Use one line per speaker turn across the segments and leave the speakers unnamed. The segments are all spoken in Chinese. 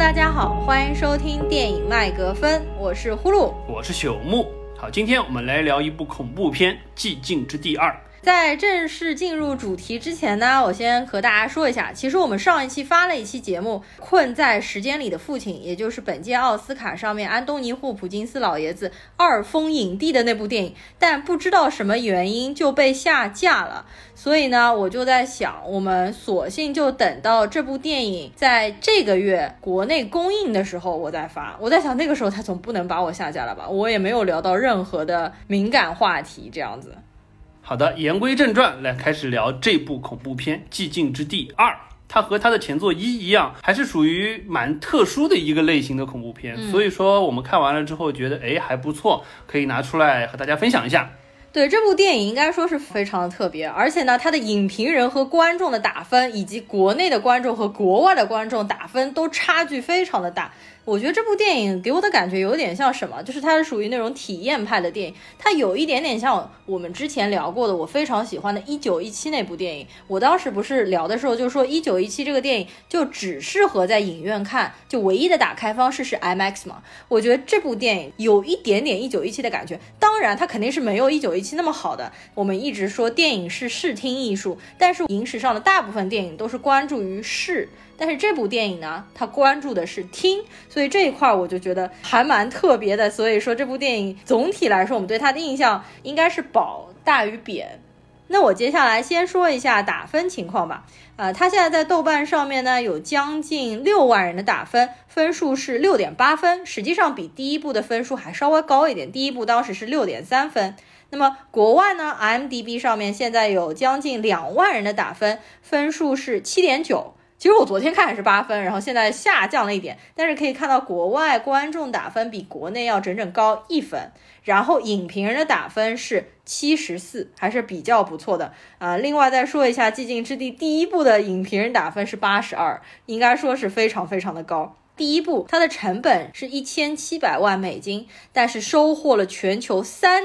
大家好，欢迎收听电影麦格芬，我是呼噜，
我是朽木。好，今天我们来聊一部恐怖片《寂静之地2》。
在正式进入主题之前呢，我先和大家说一下，其实我们上一期发了一期节目《困在时间里的父亲》，也就是本届奥斯卡上面安东尼·霍普金斯老爷子2封影帝的那部电影，但不知道什么原因就被下架了。所以呢，我就在想，我们索性就等到这部电影在这个月国内公映的时候我再发。我在想那个时候他总不能把我下架了吧，我也没有聊到任何的敏感话题这样子。
好的，言归正传，来开始聊这部恐怖片《寂静之地2》。它和它的前作1一样，还是属于蛮特殊的一个类型的恐怖片，所以说我们看完了之后觉得还不错，可以拿出来和大家分享一下。
对，这部电影应该说是非常的特别，而且呢，它的影评人和观众的打分，以及国内的观众和国外的观众打分都差距非常的大。我觉得这部电影给我的感觉有点像什么，就是它是属于那种体验派的电影，它有一点点像我们之前聊过的我非常喜欢的1917那部电影。我当时不是聊的时候就说1917这个电影就只适合在影院看，就唯一的打开方式是 IMAX 嘛。我觉得这部电影有一点点1917的感觉，当然它肯定是没有1917那么好的。我们一直说电影是视听艺术，但是影史上的大部分电影都是关注于视，但是这部电影呢，它关注的是听，所以这一块我就觉得还蛮特别的。所以说这部电影总体来说我们对它的印象应该是褒大于贬。那我接下来先说一下打分情况吧。它现在在豆瓣上面呢有将近6万人的打分，分数是 6.8 分，实际上比第一部的分数还稍微高一点，第一部当时是 6.3 分。那么国外呢 IMDB 上面现在有将近2万人的打分，分数是 7.9。其实我昨天看也是8分，然后现在下降了一点，但是可以看到国外观众打分比国内要整整高1分，然后影评人的打分是74，还是比较不错的。另外再说一下《寂静之地》第一部的影评人打分是82，应该说是非常非常的高。第一部它的成本是1700万美金，但是收获了全球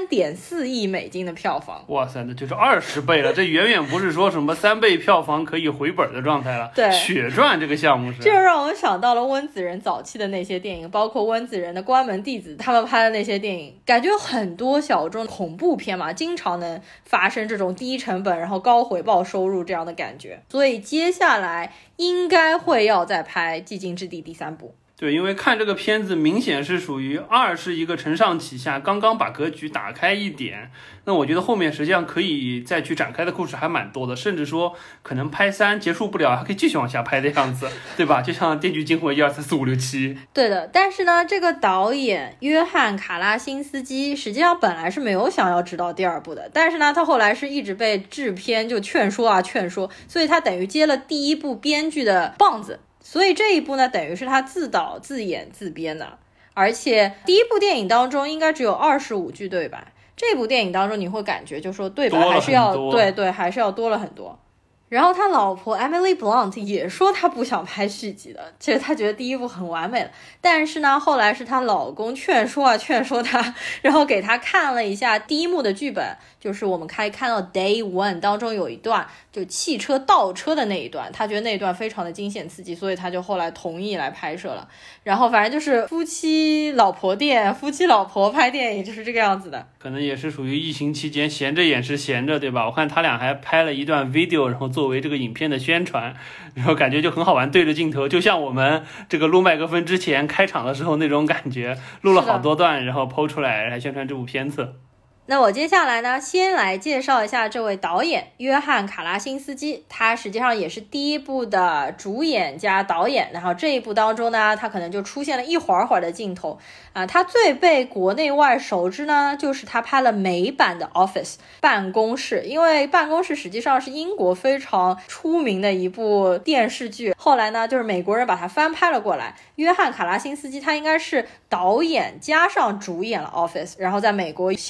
3.4亿美金的票房。
哇塞，那就是20倍了，这远远不是说什么3倍票房可以回本的状态了。
对，
血赚这个项目是，
这让我想到了温子仁早期的那些电影，包括温子仁的关门弟子他们拍的那些电影，感觉很多小众恐怖片嘛，经常能发生这种低成本然后高回报收入这样的感觉，所以接下来应该会要再拍《寂静之地》第3部。
对，因为看这个片子明显是属于2是一个承上启下，刚刚把格局打开一点，那我觉得后面实际上可以再去展开的故事还蛮多的，甚至说可能拍3结束不了，还可以继续往下拍的样子，对吧？就像《电锯惊魂》1、2、3、4、5、6、7。对
的，但是呢，这个导演约翰·卡拉辛斯基实际上本来是没有想要指导第2部的，但是呢，他后来是一直被制片就劝说，所以他等于接了第一部编剧的棒子。所以这一部呢，等于是他自导自演自编的，而且第一部电影当中应该只有25句对白，这部电影当中你会感觉就说对白还是要对还是要多了很多。然后他老婆 Emily Blunt 也说他不想拍续集的，其实他觉得第一部很完美了，但是呢后来是她老公劝说他，然后给他看了一下第一幕的剧本，就是我们可以看到 Day One 当中有一段就汽车倒车的那一段，他觉得那一段非常的惊险刺激，所以他就后来同意来拍摄了。然后反正就是夫妻老婆拍电影就是这个样子的。
可能也是属于疫情期间闲着也是闲着，对吧？我看他俩还拍了一段 video， 然后作为这个影片的宣传，然后感觉就很好玩，对着镜头，就像我们这个录麦克风之前开场的时候那种感觉，录了好多段，然后抛出来来宣传这部片子。
那我接下来呢，先来介绍一下这位导演约翰·卡拉辛斯基，他实际上也是第一部的主演加导演，然后这一部当中呢，他可能就出现了一会儿的镜头他最被国内外熟知呢，就是他拍了美版的 Office 办公室，因为办公室实际上是英国非常出名的一部电视剧，后来呢就是美国人把它翻拍了过来，约翰·卡拉辛斯基他应该是导演加上主演了 Office， 然后在美国小有名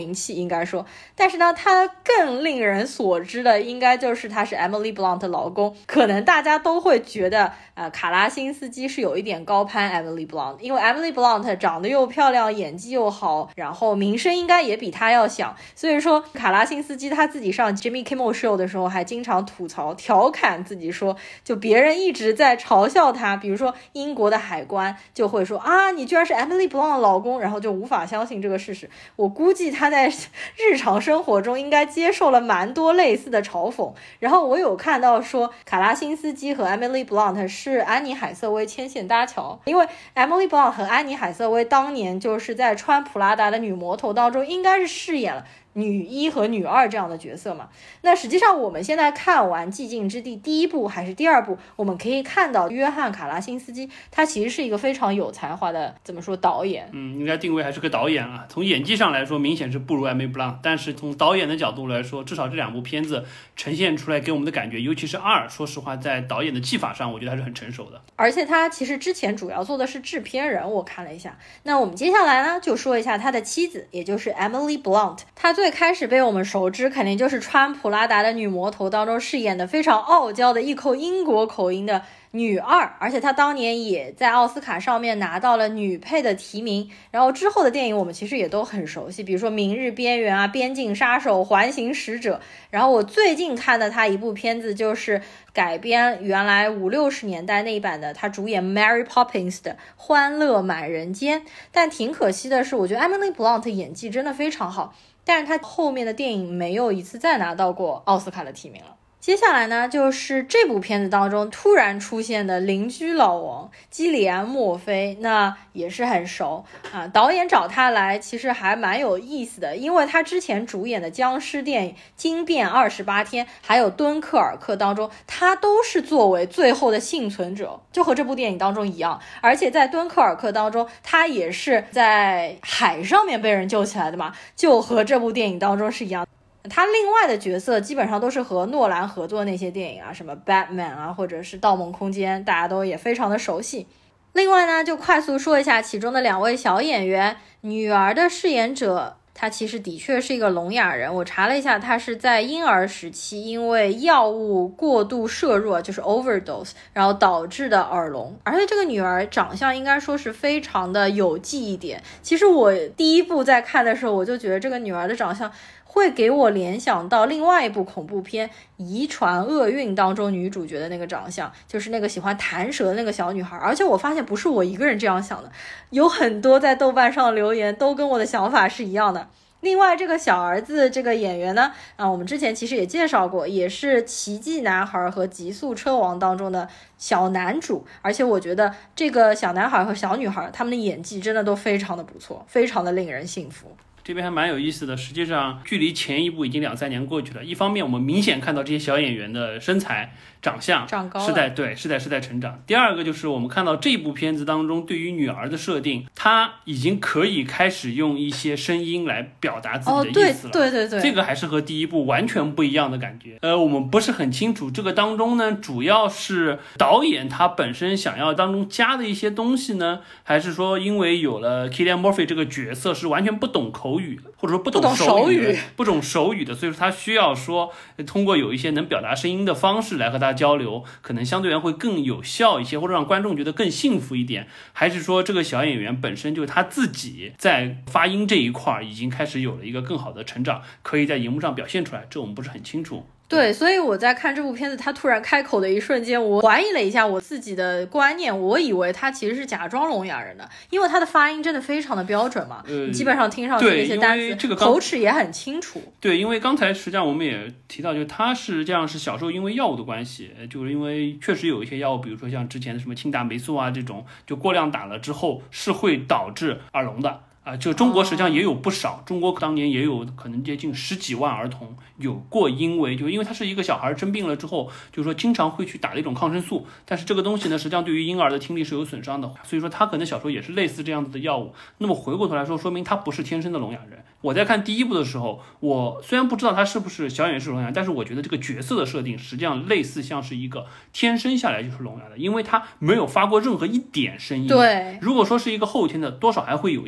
名气应该说。但是呢，她更令人所知的应该就是她是 Emily Blunt 的老公。可能大家都会觉得卡拉辛斯基是有一点高攀 Emily Blunt， 因为 Emily Blunt 长得又漂亮，演技又好，然后名声应该也比她要响。所以说卡拉辛斯基他自己上 Jimmy Kimmel Show 的时候还经常吐槽调侃自己说，就别人一直在嘲笑他，比如说英国的海关就会说啊，你居然是 Emily Blunt 的老公，然后就无法相信这个事实。我估计他在日常生活中应该接受了蛮多类似的嘲讽。然后我有看到说卡拉辛斯基和 Emily Blunt 是安妮海瑟薇牵线搭桥，因为 Emily Blunt 和安妮海瑟薇当年就是在穿普拉达的女魔头当中应该是饰演了女一和女二这样的角色嘛。那实际上我们现在看完寂静之地第一部还是第二部，我们可以看到约翰卡拉辛斯基他其实是一个非常有才华的怎么说导演。
应该定位还是个导演啊。从演技上来说明显是不如 Emily Blunt， 但是从导演的角度来说，至少这两部片子呈现出来给我们的感觉，尤其是二，说实话在导演的技法上我觉得还是很成熟的。
而且他其实之前主要做的是制片人，我看了一下。那我们接下来呢就说一下他的妻子，也就是 Emily Blunt。他最开始被我们熟知肯定就是穿普拉达的女魔头当中饰演的非常傲娇的一口英国口音的女二，而且她当年也在奥斯卡上面拿到了女配的提名。然后之后的电影我们其实也都很熟悉，比如说明日边缘啊、边境杀手、环形使者。然后我最近看的她一部片子就是改编原来50-60年代那一版的，她主演 Mary Poppins 的欢乐满人间。但挺可惜的是，我觉得 Emily Blunt 演技真的非常好，但是她后面的电影没有一次再拿到过奥斯卡的提名了。接下来呢，就是这部片子当中突然出现的邻居老王基里安·墨菲，那也是很熟啊。导演找他来其实还蛮有意思的，因为他之前主演的僵尸电影《惊变28天》还有《敦刻尔克》当中，他都是作为最后的幸存者，就和这部电影当中一样。而且在《敦刻尔克》当中，他也是在海上面被人救起来的嘛，就和这部电影当中是一样的。他另外的角色基本上都是和诺兰合作那些电影啊，什么 Batman 啊，或者是盗梦空间，大家都也非常的熟悉。另外呢，就快速说一下其中的两位小演员，女儿的饰演者他其实的确是一个聋哑人，我查了一下，他是在婴儿时期因为药物过度摄入，就是 overdose， 然后导致的耳聋。而且这个女儿长相应该说是非常的有记忆点。其实我第一部在看的时候，我就觉得这个女儿的长相会给我联想到另外一部恐怖片《遗传厄运》当中女主角的那个长相，就是那个喜欢弹舌的那个小女孩。而且我发现不是我一个人这样想的，有很多在豆瓣上留言都跟我的想法是一样的。另外这个小儿子这个演员呢，我们之前其实也介绍过，也是奇迹男孩和极速车王当中的小男主。而且我觉得这个小男孩和小女孩他们的演技真的都非常的不错，非常的令人信服。
这边还蛮有意思的，实际上距离前一部已经2-3年过去了。一方面我们明显看到这些小演员的身材长相
长高了，
是在成长。第二个就是我们看到这部片子当中对于女儿的设定，她已经可以开始用一些声音来表达自己的意思了。
对，
这个还是和第一部完全不一样的感觉。我们不是很清楚这个当中呢，主要是导演他本身想要当中加的一些东西呢，还是说因为有了 Cillian Murphy 这个角色是完全不懂口语，或者说不懂手语的，所以说他需要说通过有一些能表达声音的方式来和他交流，可能相对而言会更有效一些，或者让观众觉得更幸福一点。还是说这个小演员本身就是他自己在发音这一块已经开始有了一个更好的成长，可以在荧幕上表现出来，这我们不是很清楚。
对，所以我在看这部片子他突然开口的一瞬间，我怀疑了一下我自己的观念，我以为他其实是假装聋哑人的，因为他的发音真的非常的标准嘛，你基本上听上去的一些单词口齿也很清楚。
对，因为刚才实际上我们也提到，就他是这样，是小时候因为药物的关系，就是因为确实有一些药物，比如说像之前的什么氢大霉素啊这种，就过量打了之后是会导致耳聋的。就中国实际上也有不少，中国当年也有可能接近10几万儿童有过因为他是一个小孩生病了之后，就是说经常会去打的一种抗生素，但是这个东西呢，实际上对于婴儿的听力是有损伤的，所以说他可能小时候也是类似这样子的药物。那么回过头来说，说明他不是天生的聋哑人。我在看第一部的时候，我虽然不知道他是不是小演员是聋哑，但是我觉得这个角色的设定实际上类似像是一个天生下来就是聋哑的，因为他没有发过任何一点声音。
对，
如果说是一个后天的，多少还会有一些发声，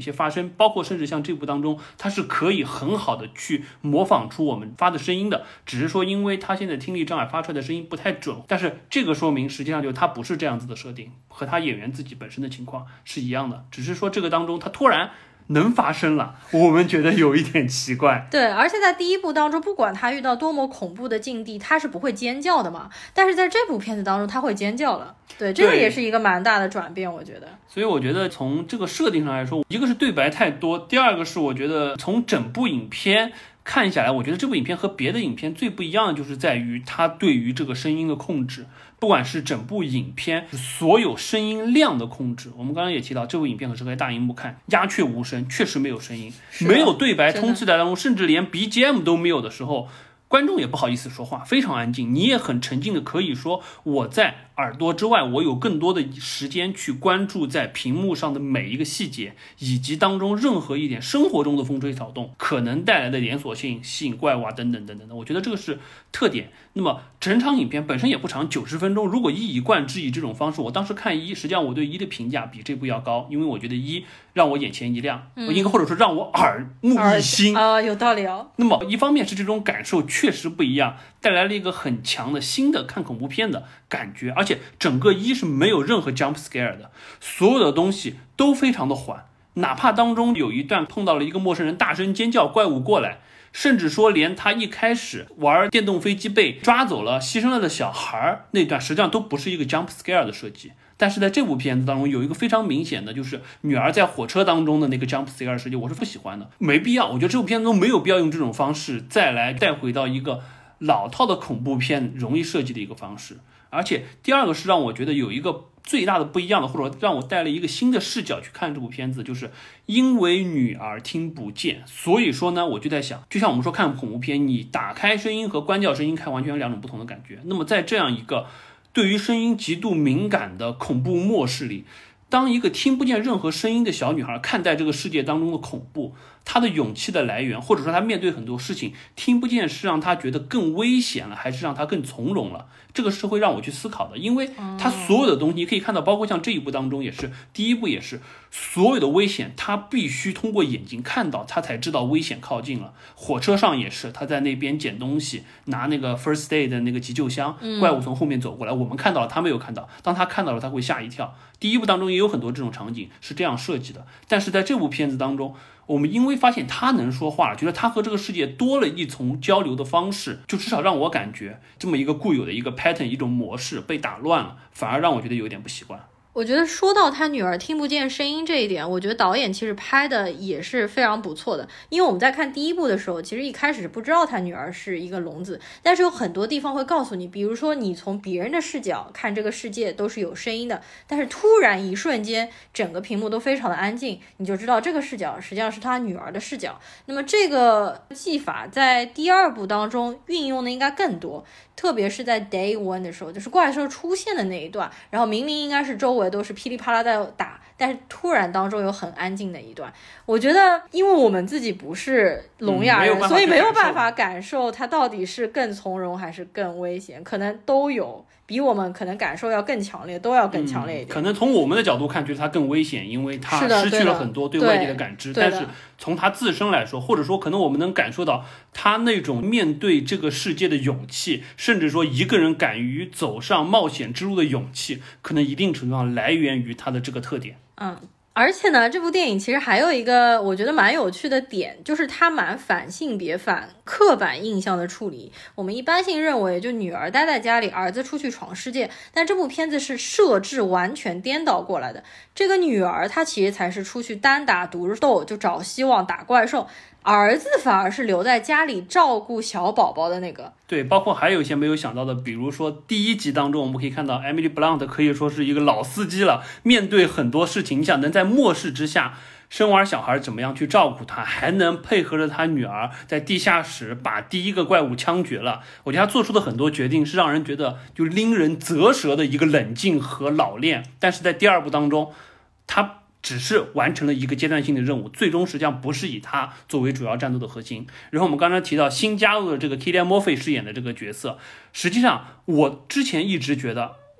声，包括甚至像这部当中，他是可以很好的去模仿出我们发的声音的，只是说因为他现在听力障碍发出来的声音不太准，但是这个说明实际上就他不是这样子的设定，和他演员自己本身的情况是一样的，只是说这个当中他突然能发生了，我们觉得有一点奇怪。
对，而且在第一部当中，不管他遇到多么恐怖的境地，他是不会尖叫的嘛。但是在这部片子当中，他会尖叫了。对，这个也是一个蛮大的转变，我觉得。
所以我觉得从这个设定上来说，一个是对白太多，第二个是我觉得从整部影片看下来，我觉得这部影片和别的影片最不一样的就是在于它对于这个声音的控制，不管是整部影片所有声音量的控制，我们刚刚也提到这部影片可是在大荧幕看，鸦雀无声，确实没有声音，没有对白充斥在当中，甚至连 BGM 都没有的时候，观众也不好意思说话，非常安静，你也很沉静的可以说我在耳朵之外，我有更多的时间去关注在屏幕上的每一个细节，以及当中任何一点生活中的风吹草动可能带来的连锁性吸引怪物啊等等等等的，我觉得这个是特点。那么整场影片本身也不长，90分钟，如果一以贯之以这种方式，我当时看实际上我对的评价比这部要高，因为我觉得让我眼前一亮，应该或者说让我耳目一新
啊，有道理哦。
那么一方面是这种感受确实不一样，带来了一个很强的新的看恐怖片的感觉，而且整个是没有任何 jump scare 的，所有的东西都非常的缓，哪怕当中有一段碰到了一个陌生人大声尖叫，怪物过来，甚至说连他一开始玩电动飞机被抓走了牺牲了的小孩那段，实际上都不是一个 jump scare 的设计。但是在这部片子当中有一个非常明显的，就是女儿在火车当中的那个 jump scare 设计，我是不喜欢的，没必要，我觉得这部片子中没有必要用这种方式再来带回到一个老套的恐怖片容易设计的一个方式。而且第二个是让我觉得有一个最大的不一样的，或者让我带了一个新的视角去看这部片子，就是因为女儿听不见，所以说呢我就在想，就像我们说看恐怖片，你打开声音和关掉声音看完全有两种不同的感觉。那么在这样一个对于声音极度敏感的恐怖末世里，当一个听不见任何声音的小女孩看待这个世界当中的恐怖，她的勇气的来源，或者说她面对很多事情听不见是让她觉得更危险了，还是让她更从容了，这个是会让我去思考的。因为她所有的东西你可以看到，包括像这一部当中也是，第一部也是，所有的危险她必须通过眼睛看到，她才知道危险靠近了。火车上也是，她在那边捡东西，拿那个 first aid 的那个急救箱，怪物从后面走过来，我们看到了，她没有看到，当她看到了她会吓一跳。第一部当中也有很多这种场景是这样设计的，但是在这部片子当中，我们因为发现他能说话了，觉得他和这个世界多了一重交流的方式，就至少让我感觉这么一个固有的一个 pattern 一种模式被打乱了，反而让我觉得有点不习惯。
我觉得说到他女儿听不见声音这一点，我觉得导演其实拍的也是非常不错的。因为我们在看第一部的时候，其实一开始是不知道他女儿是一个聋子，但是有很多地方会告诉你，比如说你从别人的视角看这个世界都是有声音的，但是突然一瞬间整个屏幕都非常的安静，你就知道这个视角实际上是他女儿的视角。那么这个技法在第二部当中运用的应该更多，特别是在 Day One 的时候，就是怪兽出现的那一段，然后明明应该是周围都是噼里啪啦在打，但是突然当中有很安静的一段。我觉得因为我们自己不是聋哑人，所以没有办法感受它到底是更从容还是更危险，可能都有，比我们可能感受要更强烈，都要更强烈一点。
可能从我们的角度看觉得它更危险，因为它失去了很多对外界的感知，但是从它自身来说，或者说可能我们能感受到它那种面对这个世界的勇气，甚至说一个人敢于走上冒险之路的勇气，可能一定程度上来源于它的这个特点。
而且呢，这部电影其实还有一个我觉得蛮有趣的点，就是它蛮反性别、反刻板印象的处理。我们一般性认为就女儿待在家里，儿子出去闯世界，但这部片子是设置完全颠倒过来的。这个女儿她其实才是出去单打独斗，就找希望打怪兽，儿子反而是留在家里照顾小宝宝的那个。
对，包括还有一些没有想到的，比如说第一集当中我们可以看到 Emily Blunt 可以说是一个老司机了，面对很多事情，你想能在末世之下生完小孩怎么样去照顾他，还能配合着他女儿在地下室把第一个怪物枪决了，我觉得他做出的很多决定是让人觉得就令人啧舌的一个冷静和老练。但是在第二部当中，他只是完成了一个阶段性的任务，最终实际上不是以他作为主要战斗的核心。然后我们刚才提到新加入的这个 Cillian Murphy 饰演的这个角色，实际上我之前一直觉得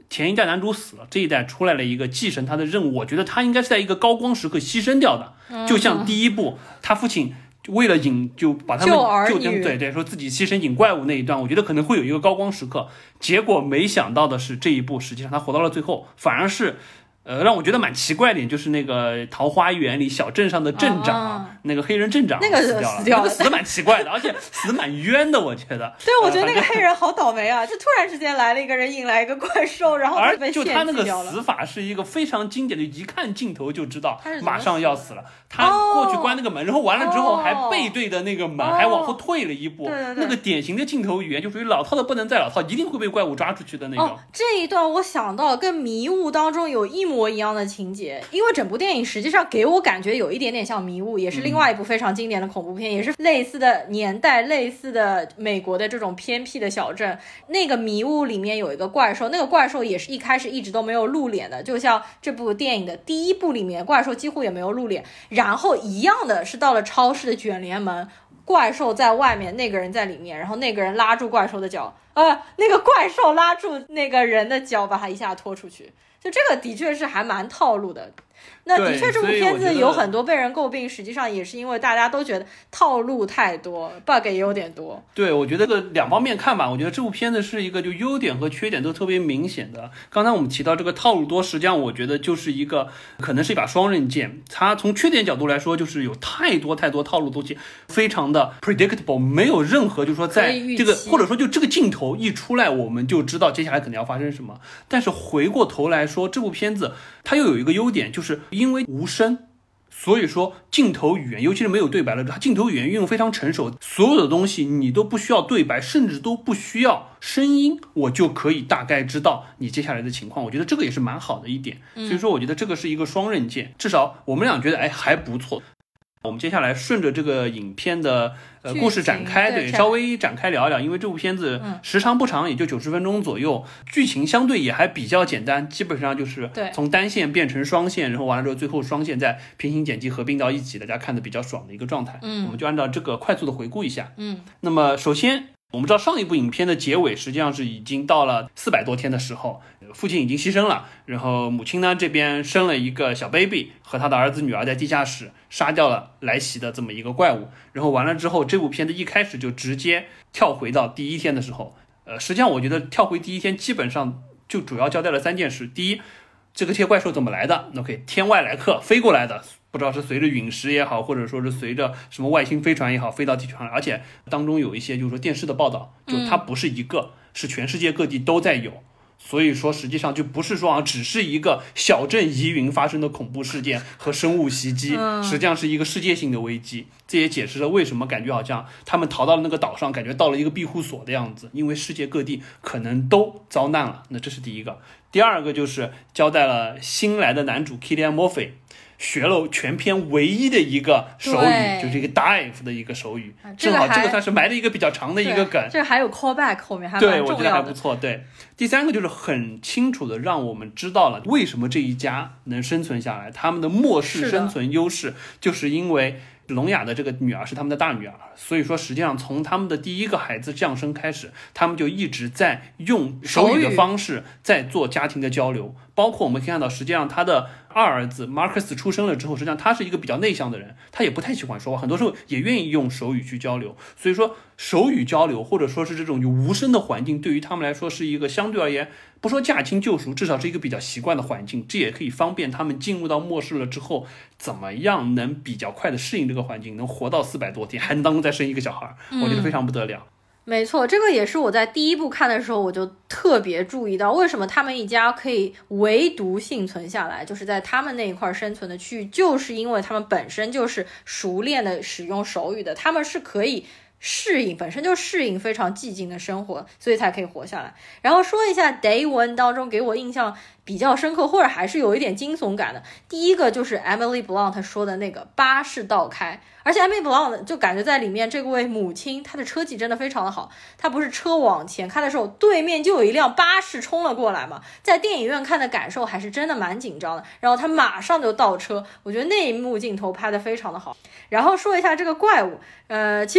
前一代男主死了，这一代出来了一个继承他的任务，我觉得他应该是在一个高光时刻牺牲掉的，就像第一部他父亲为了引就把他们对说自己牺牲引怪物那一段，我觉得可能会有一个高光时刻，结果没想到的是这一部实际上他活到了最后，反而是让我觉得蛮奇怪的，就是那个桃花源里小镇上的镇长那个黑人镇长
那个死掉了，
那个死蛮奇怪的，而且死蛮冤的，我觉得。
对，我觉得那个黑人好倒霉啊！就突然之间来了一个人，引来一个怪兽，然后被
就他那个死法是一个非常经典的，一看镜头就知道马上要死了。他过去关那个门，然后完了之后还背对着那个门，还往后退了一步。
对，
那个典型的镜头语言就属于老套的不能再老套，一定会被怪物抓出去的那种。
这一段我想到跟迷雾当中有一模一样的情节，因为整部电影实际上给我感觉有一点点像迷雾，也是另外一部非常经典的恐怖片，也是类似的年代，类似的美国的这种偏僻的小镇。那个迷雾里面有一个怪兽，那个怪兽也是一开始一直都没有露脸的，就像这部电影的第一部里面怪兽几乎也没有露脸。然后一样的是到了超市的卷帘门，怪兽在外面，那个人在里面，然后那个人拉住怪兽的脚，那个怪兽拉住那个人的脚，把他一下拖出去。就这个的确是还蛮套路的。那的确这部片子有很多被人诟病，实际上也是因为大家都觉得套路太多， bug 也有点多。
对，我觉得这两方面看吧，我觉得这部片子是一个就优点和缺点都特别明显的。刚才我们提到这个套路多，实际上我觉得就是一个可能是一把双刃剑。它从缺点角度来说，就是有太多套路东西，非常的 predictable， 没有任何就是说在这个或者说就这个镜头一出来，我们就知道接下来可能要发生什么。但是回过头来说，这部片子它又有一个优点，就是因为无声，所以说镜头语言，尤其是没有对白了，它镜头语言运用非常成熟，所有的东西你都不需要对白，甚至都不需要声音，我就可以大概知道你接下来的情况。我觉得这个也是蛮好的一点，所以说我觉得这个是一个双刃剑，至少我们俩觉得还不错。我们接下来顺着这个影片的故事展开，对，稍微展开聊一聊，因为这部片子时长不长，也就90分钟左右，剧情相对也还比较简单，基本上就是从单线变成双线，然后完了之后最后双线再平行剪辑合并到一起，大家看的比较爽的一个状态。我们就按照这个快速的回顾一下。那么首先我们知道上一部影片的结尾实际上是已经到了400多天的时候，父亲已经牺牲了，然后母亲呢这边生了一个小 baby， 和他的儿子女儿在地下室杀掉了来袭的这么一个怪物。然后完了之后，这部片子一开始就直接跳回到第一天的时候。实际上我觉得跳回第一天基本上就主要交代了3件事。第一，这个怪兽怎么来的 ？OK， 天外来客飞过来的，不知道是随着陨石也好，或者说是随着什么外星飞船也好，飞到地球上，而且当中有一些就是说电视的报道，就它不是一个，是全世界各地都在有。所以说实际上就不是说只是一个小镇疑云发生的恐怖事件和生物袭击，实际上是一个世界性的危机。这也解释了为什么感觉好像他们逃到了那个岛上，感觉到了一个庇护所的样子，因为世界各地可能都遭难了。那这是第一个。第二个就是交代了新来的男主 Cillian Murphy学了全片唯一的一个手语，就是一个 dive 的一个手语，正好这个算是埋了一个比较长的一个梗。
这还有 callback 后面还蛮重要的。
对，我觉得还不错。对，第三个就是很清楚的让我们知道了为什么这一家能生存下来，他们的末世生存优势就是因为聋哑的这个女儿是他们的大女儿，所以说实际上从他们的第一个孩子降生开始，他们就一直在用手语的方式在做家庭的交流。包括我们可以看到，实际上他的二儿子 Marcus 出生了之后，实际上他是一个比较内向的人，他也不太喜欢说话，很多时候也愿意用手语去交流。所以说手语交流或者说是这种有无声的环境，对于他们来说是一个相对而言不说驾轻就熟，至少是一个比较习惯的环境。这也可以方便他们进入到末世了之后，怎么样能比较快的适应这个环境，能活到400多天，还能当中再生一个小孩，我觉得非常不得了。
没错，这个也是我在第一部看的时候我就特别注意到，为什么他们一家可以唯独幸存下来，就是在他们那一块生存的区域，就是因为他们本身就是熟练的使用手语的，他们是可以本身就适应非常寂静的生活，所以才可以活下来。然后说一下 Day One 当中给我印象比较深刻，或者还是有一点惊悚感的，第一个就是 Emily Blunt 说的那个巴士倒开。而且 Emily Blunt 就感觉在里面这位母亲她的车技真的非常的好，她不是车往前开的时候对面就有一辆巴士冲了过来嘛，在电影院看的感受还是真的蛮紧张的，然后她马上就倒车，我觉得那一幕镜头拍的非常的好。然后说一下这个怪物，其实从第一部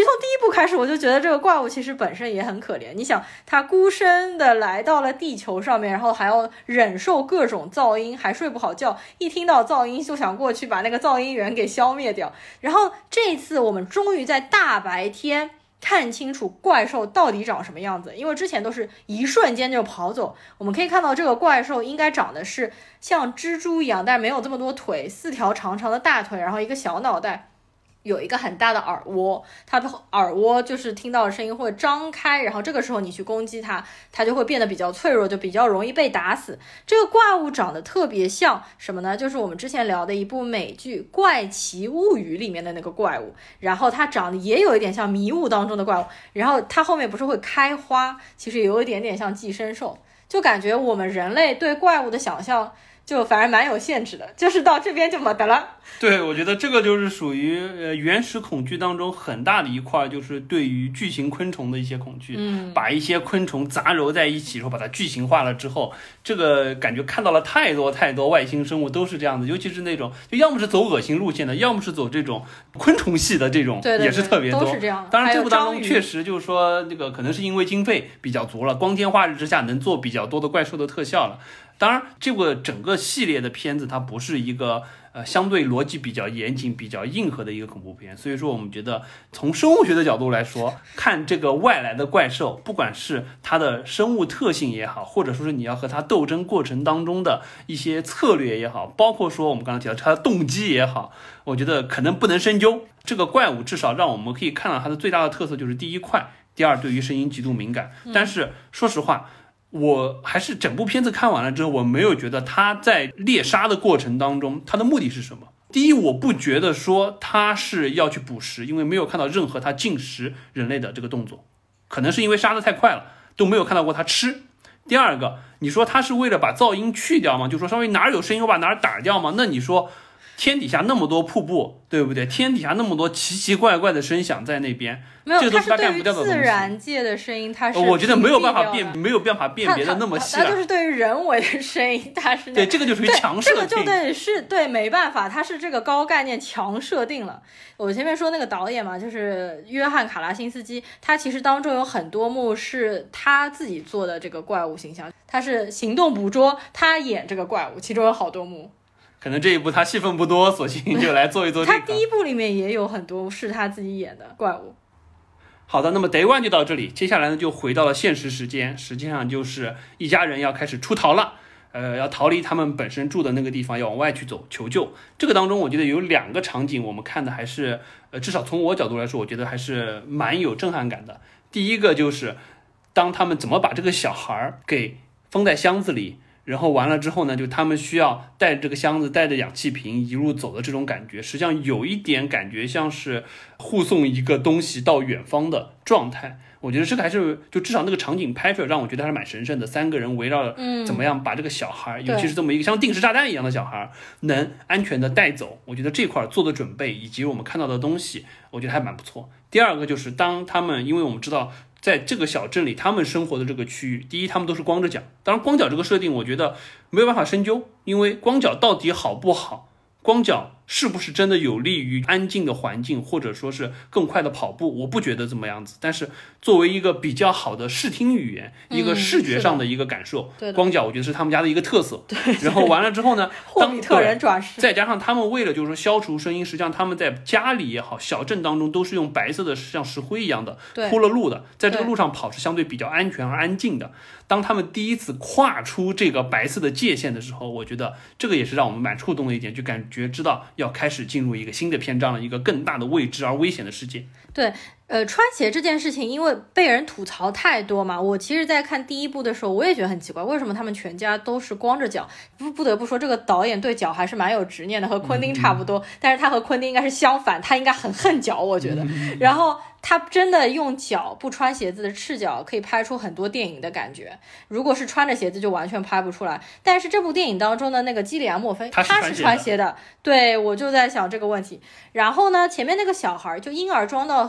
部开始我就觉得这个怪物其实本身也很可怜。你想，它孤身的来到了地球上面，然后还要忍受各种噪音，还睡不好觉，一听到噪音就想过去把那个噪音源给消灭掉。然后这次我们终于在大白天看清楚怪兽到底长什么样子，因为之前都是一瞬间就跑走。我们可以看到这个怪兽应该长的是像蜘蛛一样，但是没有这么多腿，4条长长的大腿，然后一个小脑袋，有一个很大的耳蜗，它的耳蜗就是听到的声音会张开，然后这个时候你去攻击它，它就会变得比较脆弱，就比较容易被打死。这个怪物长得特别像什么呢？就是我们之前聊的一部美剧《怪奇物语》里面的那个怪物，然后它长得也有一点像迷雾当中的怪物，然后它后面不是会开花，其实有一点点像寄生兽，就感觉我们人类对怪物的想象就反而蛮有限制的，就是到这边就没得了。
对，我觉得这个就是属于原始恐惧当中很大的一块，就是对于巨型昆虫的一些恐惧。把一些昆虫杂糅在一起，然后把它巨型化了之后，这个感觉看到了太多外星生物都是这样的，尤其是那种就要么是走恶心路线的，要么是走这种昆虫系的这种，
对对对，
也是特别多。
都是这样。
当然这部当中确实就是说那个可能是因为经费比较足了，光天化日之下能做比较多的怪兽的特效了。当然这个整个系列的片子它不是一个相对逻辑比较严谨比较硬核的一个恐怖片，所以说我们觉得从生物学的角度来说，看这个外来的怪兽，不管是它的生物特性也好，或者说是你要和它斗争过程当中的一些策略也好，包括说我们刚才提到它的动机也好，我觉得可能不能深究。这个怪物至少让我们可以看到它的最大的特色就是第一快，第二对于声音极度敏感。但是说实话，我还是整部片子看完了之后，我没有觉得他在猎杀的过程当中他的目的是什么。第一，我不觉得说他是要去捕食，因为没有看到任何他进食人类的这个动作，可能是因为杀得太快了，都没有看到过他吃。第二个，你说他是为了把噪音去掉吗？就说稍微哪儿有声音我把哪儿打掉吗？那你说天底下那么多瀑布，对不对？天底下那么多奇奇怪怪的声响在那边，
没有，
这都是他干不掉的东西。
它是对于自然界的声音，它是
我觉得没有办法辨别的那么细了。
它就是对于人为的声音，它是
对这个就属于强设定，
这个就对是对没办法，它是这个高概念强设定了。我前面说那个导演嘛，就是约翰卡拉辛斯基，他其实当中有很多幕是他自己做的这个怪物形象，他是行动捕捉，他演这个怪物，其中有好多幕。
可能这一部他戏份不多，索性就来做一做这个。
他第一部里面也有很多是他自己演的怪物。
好的，那么 Day One 就到这里，接下来呢就回到了现实时间，实际上就是一家人要开始出逃了，要逃离他们本身住的那个地方，要往外去走求救。这个当中我觉得有2个场景我们看的还是至少从我角度来说，我觉得还是蛮有震撼感的。第一个就是当他们怎么把这个小孩给封在箱子里，然后完了之后呢，就他们需要带着这个箱子，带着氧气瓶一路走的这种感觉，实际上有一点感觉像是护送一个东西到远方的状态。我觉得这个还是就至少那个场景拍出来让我觉得还是蛮神圣的，3个人围绕着怎么样把这个小孩，尤其是这么一个像定时炸弹一样的小孩能安全的带走，我觉得这块做的准备以及我们看到的东西我觉得还蛮不错。第二个就是当他们，因为我们知道在这个小镇里他们生活的这个区域，第一他们都是光着脚，当然光脚这个设定我觉得没有办法深究，因为光脚到底好不好，光脚是不是真的有利于安静的环境，或者说是更快的跑步，我不觉得这么样子。但是作为一个比较好的视听语言，一个视觉上的一个感受，光脚我觉得是他们家的一个特色。然后完了之后呢，
霍比特人转世，
再加上他们为了就是说消除声音，实际上他们在家里也好，小镇当中都是用白色的像石灰一样的铺了路的，在这个路上跑是相对比较安全而安静的。当他们第一次跨出这个白色的界限的时候，我觉得这个也是让我们蛮触动的一点，就感觉知道要开始进入一个新的篇章了，一个更大的未知而危险的世界。
对，穿鞋这件事情，因为被人吐槽太多嘛，我其实在看第一部的时候，我也觉得很奇怪，为什么他们全家都是光着脚？不得不说，这个导演对脚还是蛮有执念的，和昆汀差不多，但是他和昆汀应该是相反，他应该很恨脚，我觉得。然后他真的用脚不穿鞋子的赤脚可以拍出很多电影的感觉，如果是穿着鞋子就完全拍不出来。但是这部电影当中的那个基里安·墨菲他是穿鞋的，对，我就在想这个问题。然后呢，前面那个小孩就婴儿装到盒子里面，